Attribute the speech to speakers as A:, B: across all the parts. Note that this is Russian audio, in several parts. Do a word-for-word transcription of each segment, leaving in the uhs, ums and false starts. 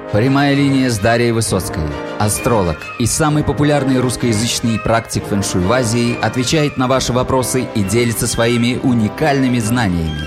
A: Прямая линия с Дарьей Высоцкой, астролог и самый популярный русскоязычный практик фэн-шуй в Азии, отвечает на ваши вопросы и делится своими уникальными знаниями.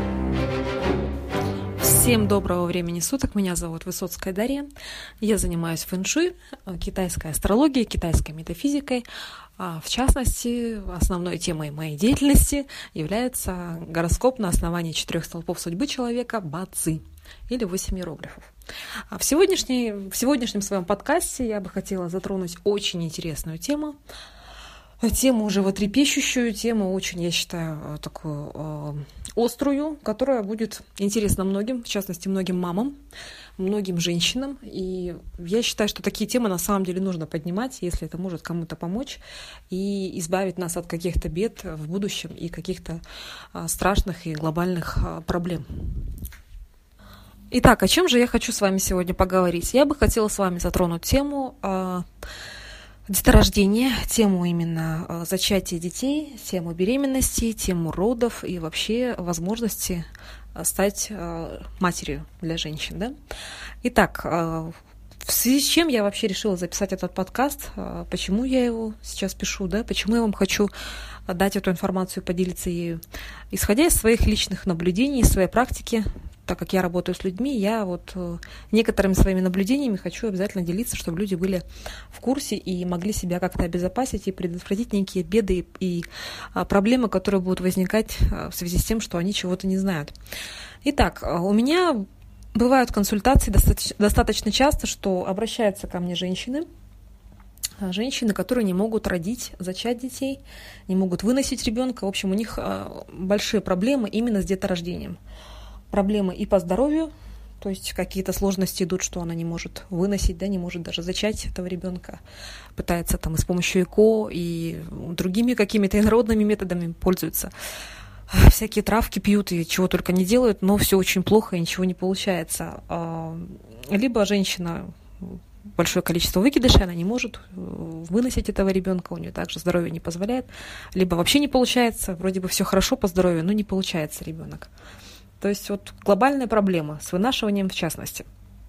B: Всем доброго времени суток, меня зовут Высоцкая Дарья, я занимаюсь фэн-шуй, китайской астрологией, китайской метафизикой. В частности, основной темой моей деятельности является гороскоп на основании четырех столпов судьбы человека Ба-Цзи или восемь иероглифов. В, сегодняшней, в сегодняшнем своем подкасте я бы хотела затронуть очень интересную тему, тему животрепещущую, тему очень, я считаю, такую э, острую, которая будет интересна многим, в частности, многим мамам, многим женщинам. И я считаю, что такие темы на самом деле нужно поднимать, если это может кому-то помочь и избавить нас от каких-то бед в будущем и каких-то э, страшных и глобальных э, проблем. Итак, о чем же я хочу с вами сегодня поговорить? Я бы хотела с вами затронуть тему э, деторождения, тему именно э, зачатия детей, тему беременности, тему родов и вообще возможности э, стать э, матерью для женщин. Да? Итак, э, в связи с чем я вообще решила записать этот подкаст, э, почему я его сейчас пишу, да? Почему я вам хочу дать эту информацию, поделиться ею? Исходя из своих личных наблюдений, из своей практики, так как я работаю с людьми, я вот некоторыми своими наблюдениями хочу обязательно делиться, чтобы люди были в курсе и могли себя как-то обезопасить и предотвратить некие беды и проблемы, которые будут возникать в связи с тем, что они чего-то не знают. Итак, у меня бывают консультации достаточно, достаточно часто, что обращаются ко мне женщины, Женщины, которые не могут родить, зачать детей, не могут выносить ребенка. В общем, у них большие проблемы именно с деторождением. Проблемы и по здоровью, то есть какие-то сложности идут, что она не может выносить, да, не может даже зачать этого ребенка, пытается там и с помощью ЭКО и другими какими-то инородными методами пользуется. Всякие травки пьют и чего только не делают, но все очень плохо и ничего не получается. Либо женщина большое количество выкидышей, она не может выносить этого ребенка, у нее также здоровье не позволяет, либо вообще не получается, вроде бы все хорошо по здоровью, но не получается ребенок. То есть вот глобальная проблема с вынашиванием в частности.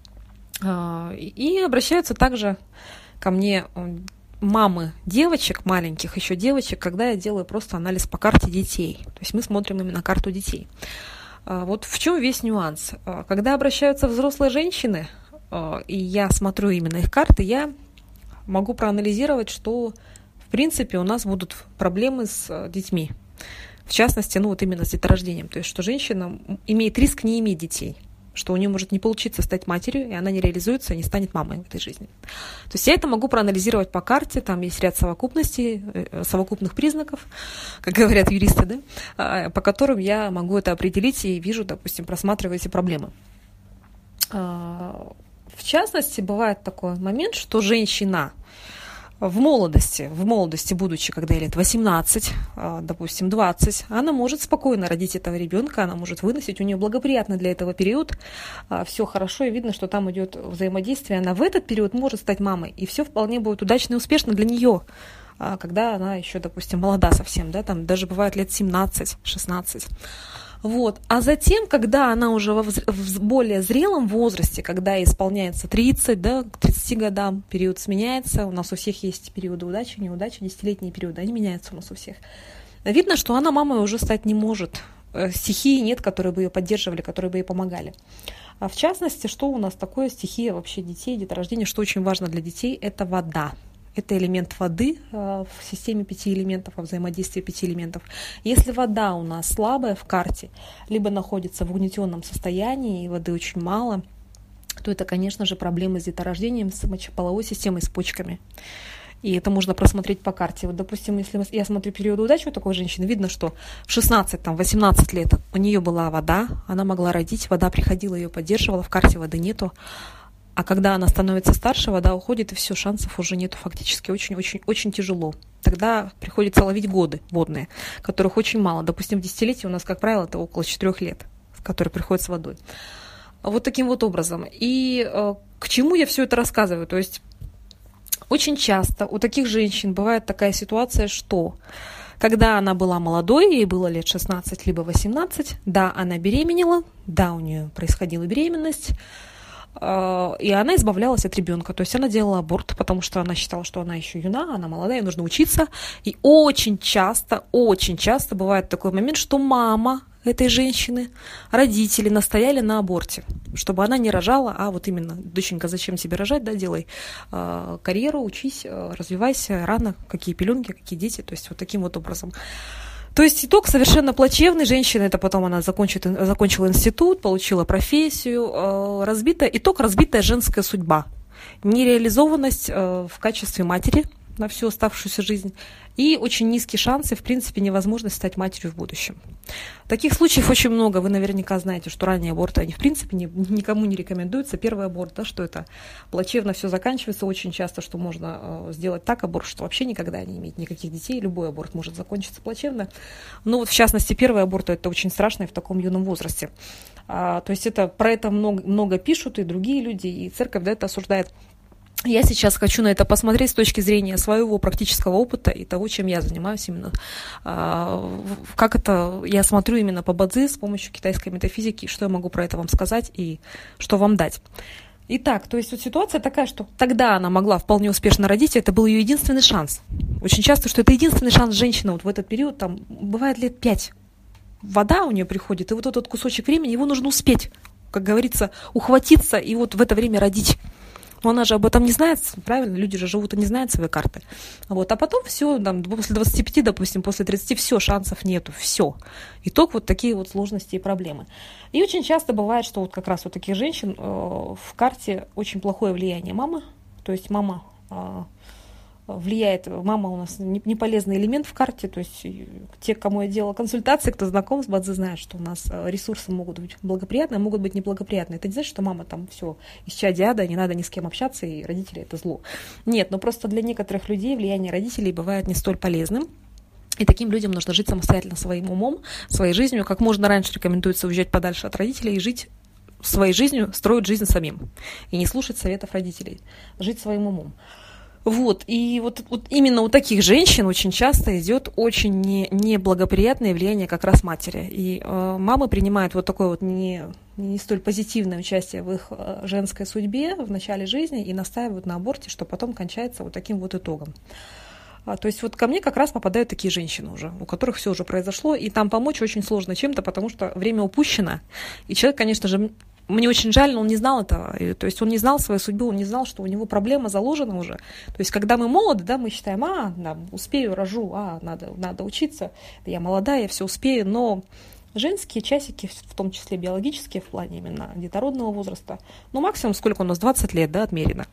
B: И обращаются также ко мне мамы девочек, маленьких еще девочек, когда я делаю просто анализ по карте детей. То есть мы смотрим именно карту детей. Вот в чем весь нюанс. Когда обращаются взрослые женщины, и я смотрю именно их карты, я могу проанализировать, что в принципе у нас будут проблемы с детьми. В частности, ну вот именно с деторождением. То есть, что женщина имеет риск не иметь детей, что у нее может не получиться стать матерью, и она не реализуется, не станет мамой в этой жизни. То есть я это могу проанализировать по карте, там есть ряд совокупностей, совокупных признаков, как говорят юристы, да, по которым я могу это определить и вижу, допустим, просматриваю эти проблемы. В частности, бывает такой момент, что женщина в молодости, в молодости, будучи, когда ей лет восемнадцать, допустим, двадцать, она может спокойно родить этого ребенка, она может выносить, у нее благоприятный для этого период, все хорошо, и видно, что там идет взаимодействие, она в этот период может стать мамой, и все вполне будет удачно и успешно для нее, когда она еще, допустим, молода совсем, да, там даже бывает лет семнадцать-шестнадцать. Вот. А затем, когда она уже в более зрелом возрасте, когда исполняется тридцать, да, к тридцати годам, период сменяется, у нас у всех есть периоды удачи, неудачи, десятилетние периоды, они меняются у нас у всех. Видно, что она мамой уже стать не может. Стихии нет, которые бы ее поддерживали, которые бы ей помогали. А в частности, что у нас такое стихия вообще детей, деторождения, что очень важно для детей, это вода. Это элемент воды в системе пяти элементов, во взаимодействии пяти элементов. Если вода у нас слабая в карте, либо находится в угнетенном состоянии, и воды очень мало, то это, конечно же, проблемы с деторождением, с мочеполовой системой, с почками. И это можно просмотреть по карте. Вот, допустим, если я смотрю период удачи у такой женщины, видно, что в шестнадцать-восемнадцать лет у нее была вода, она могла родить, вода приходила, ее поддерживала, в карте воды нету. А когда она становится старше, вода уходит, и все, шансов уже нету фактически. Очень-очень-очень тяжело. Тогда приходится ловить годы водные, которых очень мало. Допустим, в десятилетии у нас, как правило, это около четырех лет, которые приходят с водой. Вот таким вот образом. И э, к чему я все это рассказываю? То есть очень часто у таких женщин бывает такая ситуация, что когда она была молодой, ей было лет шестнадцать либо восемнадцать, да, она беременела, да, у нее происходила беременность, и она избавлялась от ребенка. То есть она делала аборт, потому что она считала, что она еще юна, она молодая, ей нужно учиться. И очень часто, очень часто бывает такой момент, что мама этой женщины, родители настояли на аборте, чтобы она не рожала, а вот именно, доченька, зачем тебе рожать, да, делай э, карьеру, учись, э, развивайся рано, какие пеленки, какие дети, то есть вот таким вот образом. То есть итог совершенно плачевный. Женщина, это потом она закончит, закончила институт, получила профессию, э, разбитая, итог разбитая женская судьба, нереализованность э, в качестве матери на всю оставшуюся жизнь и очень низкие шансы, в принципе, невозможность стать матерью в будущем. Таких случаев очень много. Вы наверняка знаете, что ранние аборты, они, в принципе, не, никому не рекомендуются. Первый аборт, да, что это плачевно все заканчивается. Очень часто, что можно э, сделать так аборт, что вообще никогда не иметь никаких детей. Любой аборт может закончиться плачевно. Но вот, в частности, первый аборт, это очень страшно и в таком юном возрасте. А, то есть это, про это много, много пишут и другие люди, и церковь, да, это осуждает. Я сейчас хочу на это посмотреть с точки зрения своего практического опыта и того, чем я занимаюсь именно. Как это я смотрю именно по Бадзи с помощью китайской метафизики, что я могу про это вам сказать и что вам дать. Итак, то есть вот ситуация такая, что тогда она могла вполне успешно родить, это был ее единственный шанс. Очень часто, что это единственный шанс женщины вот в этот период, там бывает лет пять. Вода у нее приходит, и вот этот кусочек времени, его нужно успеть, как говорится, ухватиться и вот в это время родить. Но она же об этом не знает, правильно? Люди же живут и не знают свои карты. Вот. А потом все, там, после двадцати пяти, допустим, после тридцати, все, шансов нету, все. Итог вот такие вот сложности и проблемы. И очень часто бывает, что вот как раз у таких женщин э, в карте очень плохое влияние мамы. То есть мама э, влияет, мама у нас не полезный элемент в карте, то есть те, кому я делала консультации, кто знаком с Бадзи, знает, что у нас ресурсы могут быть благоприятные, а могут быть неблагоприятные. Это не значит, что мама там все исчадие ада, не надо ни с кем общаться, и родители это зло. Нет, но просто для некоторых людей влияние родителей бывает не столь полезным. И таким людям нужно жить самостоятельно своим умом, своей жизнью. Как можно раньше рекомендуется уезжать подальше от родителей и жить своей жизнью, строить жизнь самим. И не слушать советов родителей. Жить своим умом. Вот, и вот, вот именно у таких женщин очень часто идет очень не, неблагоприятное влияние как раз матери. И э, мамы принимают вот такое вот не, не столь позитивное участие в их э, женской судьбе в начале жизни и настаивают на аборте, что потом кончается вот таким вот итогом. А, то есть вот ко мне как раз попадают такие женщины уже, у которых все уже произошло, и там помочь очень сложно чем-то, потому что время упущено, и человек, конечно же, мне очень жаль, но он не знал этого, то есть он не знал свою судьбу, он не знал, что у него проблема заложена уже. То есть когда мы молоды, да, мы считаем, а, да, успею, рожу, а, надо, надо учиться, я молодая, я все успею, но женские часики, в том числе биологические, в плане именно детородного возраста, ну максимум сколько у нас, двадцать лет, да, отмерено.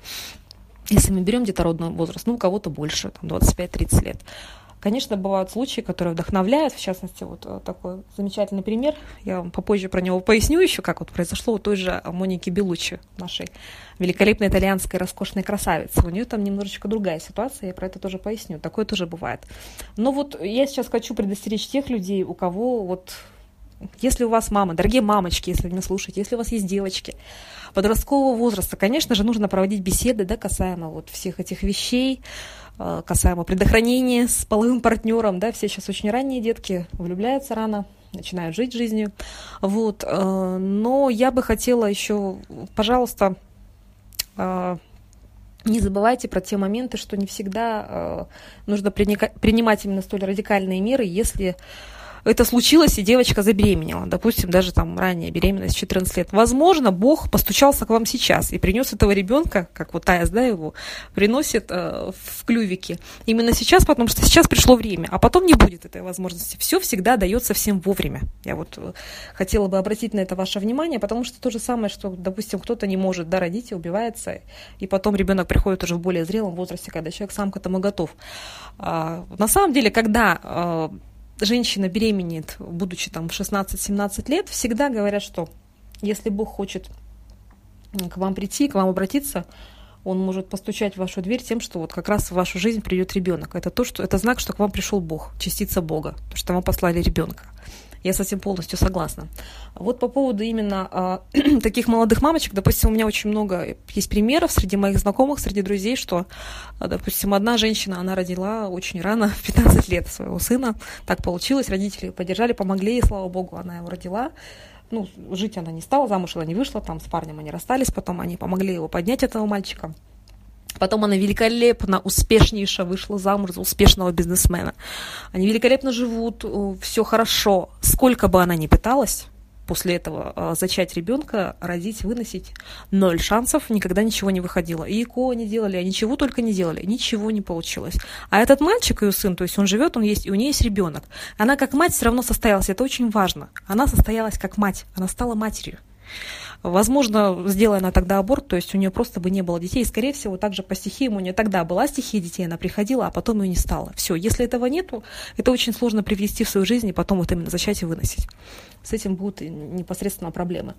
B: Если мы берем детородный возраст, ну у кого-то больше, там двадцать пять тридцать лет. Конечно, бывают случаи, которые вдохновляют, в частности, вот такой замечательный пример, я вам попозже про него поясню еще, как вот произошло у той же Моники Беллуччи, нашей великолепной итальянской роскошной красавицы. У нее там немножечко другая ситуация, я про это тоже поясню, такое тоже бывает. Но вот я сейчас хочу предостеречь тех людей, у кого вот, если у вас мама, дорогие мамочки, если вы меня слушаете, если у вас есть девочки подросткового возраста, конечно же, нужно проводить беседы, да, касаемо вот всех этих вещей, касаемо предохранения с половым партнером, да, все сейчас очень ранние детки влюбляются рано, начинают жить жизнью, вот, но я бы хотела еще, пожалуйста, не забывайте про те моменты, что не всегда нужно принимать именно столь радикальные меры, если это случилось, и девочка забеременела, допустим, даже там ранняя беременность, четырнадцать лет. Возможно, Бог постучался к вам сейчас и принес этого ребенка, как вот Аяс, да, его приносит э, в клювике. Именно сейчас, потому что сейчас пришло время, а потом не будет этой возможности. Все всегда дается всем вовремя. Я вот э, хотела бы обратить на это ваше внимание, потому что то же самое, что, допустим, кто-то не может, да, родить и убивается, и потом ребенок приходит уже в более зрелом возрасте, когда человек сам к этому готов. А, на самом деле, когда э, женщина беременеет, будучи там в шестнадцать-семнадцать лет, всегда говорят, что если Бог хочет к вам прийти, к вам обратиться, Он может постучать в вашу дверь тем, что вот как раз в вашу жизнь придет ребенок. Это то, что это знак, что к вам пришел Бог, частица Бога, потому что вам послали ребенка. Я с этим полностью согласна. Вот по поводу именно э, таких молодых мамочек, допустим, у меня очень много есть примеров среди моих знакомых, среди друзей, что, допустим, одна женщина, она родила очень рано, в пятнадцать лет своего сына. Так получилось, родители поддержали, помогли ей, слава богу, она его родила. ну, жить она не стала, замуж она не вышла, там с парнем они расстались, потом они помогли его поднять, этого мальчика. Потом она великолепно, успешнейше вышла замуж за успешного бизнесмена. Они великолепно живут, все хорошо. Сколько бы она ни пыталась после этого зачать ребенка, родить, выносить, ноль шансов, никогда ничего не выходило. И ЭКО не делали, а ничего только не делали, ничего не получилось. А этот мальчик, ее сын, то есть он живет, он есть, и у нее есть ребенок. Она как мать все равно состоялась, это очень важно. Она состоялась как мать, она стала матерью. Возможно, сделая она тогда аборт, то есть у нее просто бы не было детей. И, скорее всего, также по стихиям у нее тогда была стихия детей, она приходила, а потом ее не стало. Все, если этого нету, это очень сложно привнести в свою жизнь и потом вот именно зачать и выносить. С этим будут непосредственно проблемы.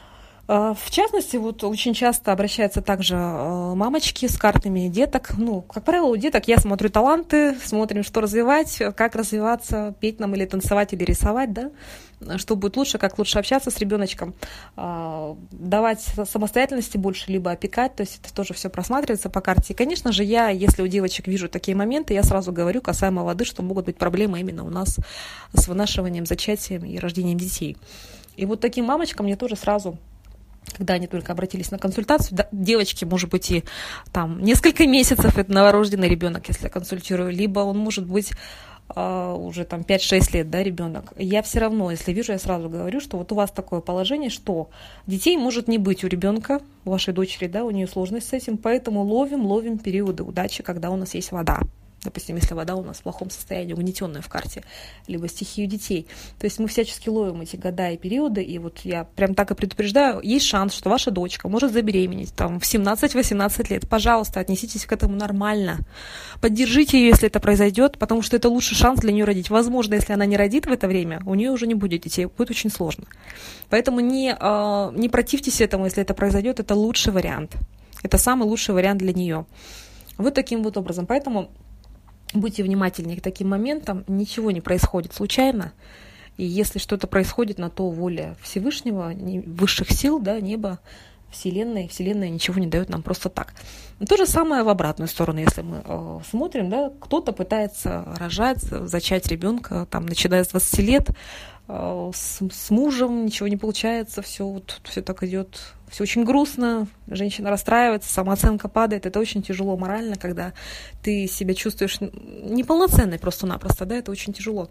B: В частности, вот очень часто обращаются также мамочки с картами деток. Ну, как правило, у деток я смотрю таланты, смотрим, что развивать, как развиваться, петь нам или танцевать, или рисовать, да, что будет лучше, как лучше общаться с ребеночком, давать самостоятельности больше, либо опекать, то есть это тоже все просматривается по карте. И, конечно же, я, если у девочек вижу такие моменты, я сразу говорю касаемо воды, что могут быть проблемы именно у нас с вынашиванием, зачатием и рождением детей. И вот таким мамочкам я тоже сразу, когда они только обратились на консультацию, да, девочки, может быть, и там несколько месяцев, это новорожденный ребенок, если я консультирую, либо он может быть э, уже там пять-шесть лет, да, ребенок. Я все равно, если вижу, я сразу говорю, что вот у вас такое положение, что детей может не быть у ребенка, у вашей дочери, да, у нее сложность с этим, поэтому ловим, ловим периоды удачи, когда у нас есть вода. Допустим, если вода у нас в плохом состоянии, угнетенная в карте, либо стихию детей. То есть мы всячески ловим эти года и периоды, и вот я прям так и предупреждаю, есть шанс, что ваша дочка может забеременеть там, в семнадцать-восемнадцать лет. Пожалуйста, отнеситесь к этому нормально. Поддержите ее, если это произойдет, потому что это лучший шанс для нее родить. Возможно, если она не родит в это время, у нее уже не будет детей, будет очень сложно. Поэтому не, не противьтесь этому, если это произойдет, это лучший вариант. Это самый лучший вариант для нее. Вот таким вот образом. Поэтому будьте внимательнее к таким моментам, ничего не происходит случайно, и если что-то происходит, на то воля Всевышнего, высших сил, да, неба, Вселенной, Вселенная ничего не дает нам просто так. То же самое в обратную сторону, если мы э, смотрим, да, кто-то пытается рожать, зачать ребенка, там, начиная с двадцати лет, э, с, с мужем, ничего не получается, все, вот, все так идет, все очень грустно, женщина расстраивается, самооценка падает, это очень тяжело морально, когда ты себя чувствуешь неполноценной просто-напросто, да, это очень тяжело.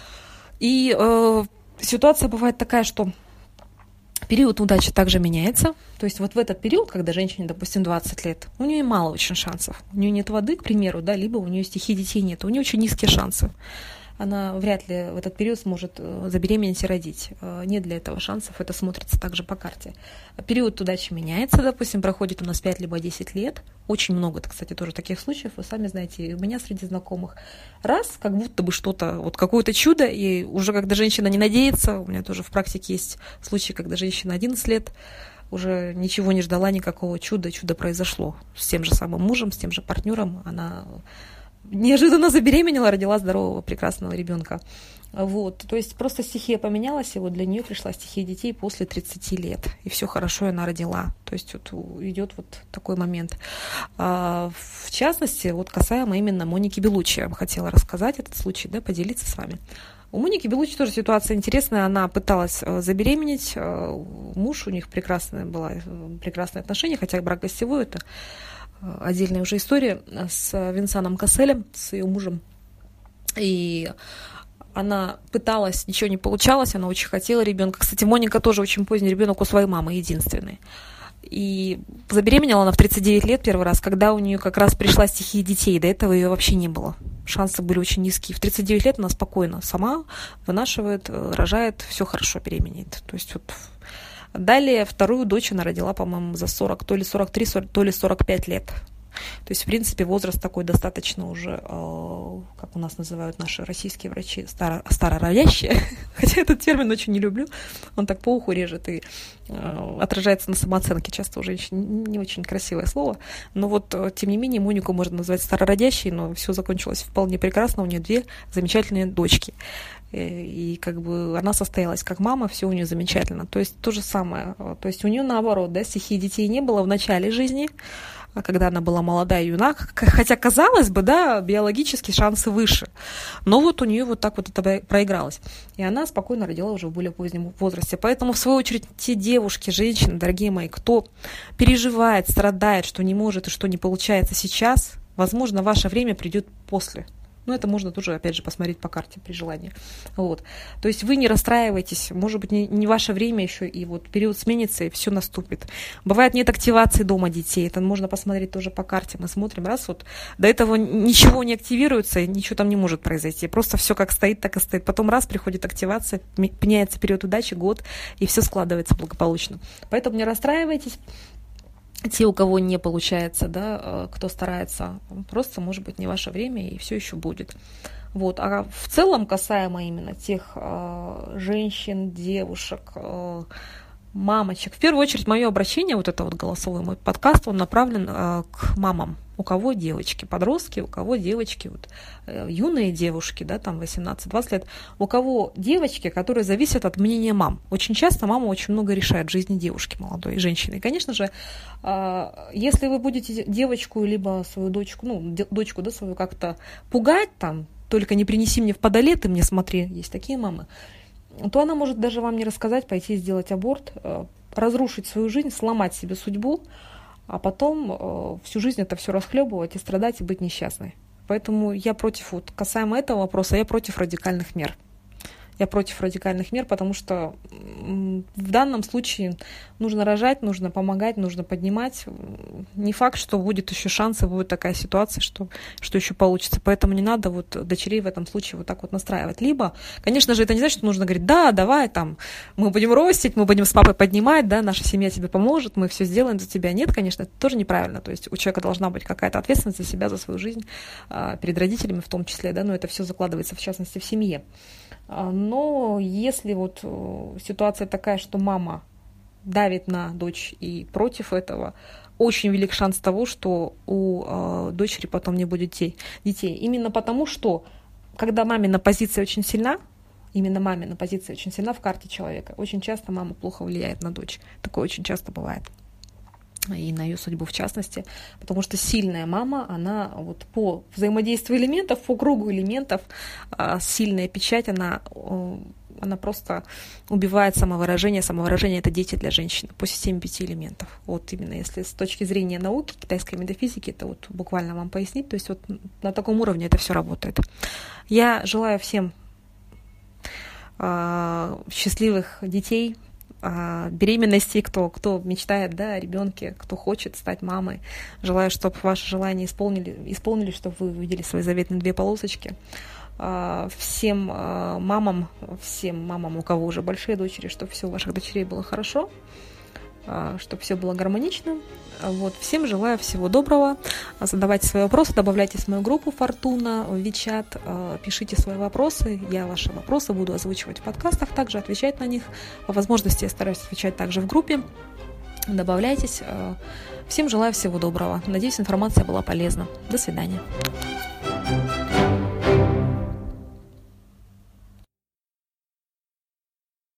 B: И э, ситуация бывает такая, что период удачи также меняется. То есть вот в этот период, когда женщине, допустим, двадцать лет, у нее мало очень шансов. У нее нет воды, к примеру, да, либо у нее стихии детей нет. У нее очень низкие шансы. Она вряд ли в этот период сможет забеременеть и родить. Нет для этого шансов, это смотрится также по карте. Период удачи меняется, допустим, проходит у нас пять либо десять лет. Очень много, кстати, тоже таких случаев, вы сами знаете, у меня среди знакомых. Раз, как будто бы что-то, вот какое-то чудо, и уже когда женщина не надеется, у меня тоже в практике есть случаи, когда женщина одиннадцать лет, уже ничего не ждала, никакого чуда, чудо произошло. С тем же самым мужем, с тем же партнером, она неожиданно забеременела, родила здорового, прекрасного ребенка. Вот. То есть просто стихия поменялась, и вот для нее пришла стихия детей после тридцати лет. И все хорошо, и она родила. То есть вот идет вот такой момент. А, в частности, вот касаемо именно Моники Беллуччи, я бы хотела рассказать этот случай, да, поделиться с вами. У Моники Беллуччи тоже ситуация интересная. Она пыталась забеременеть. Муж у них прекрасное было, прекрасные отношения, хотя брак гостевой, это отдельная уже история, с Винсаном Касселем, с ее мужем. И она пыталась, ничего не получалось, она очень хотела ребенка. Кстати, Моника тоже очень поздний ребенок у своей мамы, единственный. И забеременела она в тридцать девять лет первый раз, когда у нее как раз пришла стихия детей. До этого ее вообще не было. Шансы были очень низкие. В тридцать девять лет она спокойно сама вынашивает, рожает, все хорошо, беременеет. То есть вот. Далее вторую дочь она родила, по-моему, за сорок, то ли сорок три, то ли сорок пять лет. То есть, в принципе, возраст такой достаточно уже, э, как у нас называют наши российские врачи, старо, старородящие. Хотя этот термин очень не люблю. Он так по уху режет и э, отражается на самооценке. Часто у женщин не очень красивое слово. Но вот, тем не менее, Монику можно назвать старородящей, но все закончилось вполне прекрасно. У нее две замечательные дочки. И как бы она состоялась как мама, все у нее замечательно. То есть то же самое. То есть у нее наоборот, да, стихии детей не было в начале жизни, когда она была молодая юнак, хотя, казалось бы, да, биологически шансы выше, но вот у нее вот так вот это проигралось, и она спокойно родила уже в более позднем возрасте. Поэтому, в свою очередь, те девушки, женщины, дорогие мои, кто переживает, страдает, что не может и что не получается сейчас, возможно, ваше время придет после. Но это можно тоже, опять же, посмотреть по карте при желании. Вот. То есть вы не расстраивайтесь, может быть, не, не ваше время еще, и вот период сменится, и все наступит. Бывает, нет активации дома детей, это можно посмотреть тоже по карте. Мы смотрим, раз вот до этого ничего не активируется, ничего там не может произойти. Просто все как стоит, так и стоит. Потом раз приходит активация, меняется период удачи, год, и все складывается благополучно. Поэтому не расстраивайтесь. Те, у кого не получается, да, кто старается, просто, может быть, не ваше время, и все еще будет. Вот. А в целом, касаемо именно тех э, женщин, девушек, э, мамочек, в первую очередь, мое обращение, вот это вот голосовой мой подкаст, он направлен э, к мамам. У кого девочки, подростки, у кого девочки, вот, э, юные девушки, да, там восемнадцать-двадцать лет, у кого девочки, которые зависят от мнения мам. Очень часто мама очень много решает в жизни девушки молодой, женщины. И, конечно же, э, если вы будете девочку, либо свою дочку, ну, дочку, да, свою как-то пугать там, только не принеси мне в подоле, ты мне смотри, есть такие мамы, то она может даже вам не рассказать, пойти сделать аборт, э, разрушить свою жизнь, сломать себе судьбу, а потом э, всю жизнь это все расхлебывать и страдать, и быть несчастной. Поэтому я против, вот касаемо этого вопроса, я против радикальных мер. Я против радикальных мер, потому что в данном случае нужно рожать, нужно помогать, нужно поднимать. Не факт, что будет еще шанс, и будет такая ситуация, что, что еще получится. Поэтому не надо вот дочерей в этом случае вот так вот настраивать. Либо, конечно же, это не значит, что нужно говорить, да, давай, там, мы будем ростить, мы будем с папой поднимать, да, наша семья тебе поможет, мы все сделаем за тебя. Нет, конечно, это тоже неправильно. То есть у человека должна быть какая-то ответственность за себя, за свою жизнь, перед родителями в том числе, да, но это все закладывается, в частности, в семье. Но если вот ситуация такая, что мама давит на дочь и против этого, очень велик шанс того, что у э, дочери потом не будет детей. детей. Именно потому, что когда мамина позиция очень сильна, именно мамина позиция очень сильна в карте человека, очень часто мама плохо влияет на дочь. Такое очень часто бывает. И на ее судьбу в частности, потому что сильная мама, она вот по взаимодействию элементов, по кругу элементов, сильная печать, она, она просто убивает самовыражение. Самовыражение — это дети для женщины по системе пяти элементов. Вот именно если с точки зрения науки, китайской метафизики, это вот буквально вам пояснить, то есть вот на таком уровне это все работает. Я желаю всем счастливых детей, беременности, кто, кто мечтает, да, о ребенке, кто хочет стать мамой. Желаю, чтобы ваши желания исполнили, исполнились, чтобы вы увидели свои заветные две полосочки. Всем мамам, всем мамам, у кого уже большие дочери, чтобы все у ваших дочерей было хорошо, чтобы все было гармонично. Вот. Всем желаю всего доброго. Задавайте свои вопросы, добавляйтесь в мою группу Фортуна в WeChat, пишите свои вопросы. Я ваши вопросы буду озвучивать в подкастах, также отвечать на них. По возможности я стараюсь отвечать также в группе. Добавляйтесь. Всем желаю всего доброго. Надеюсь, информация была полезна. До свидания.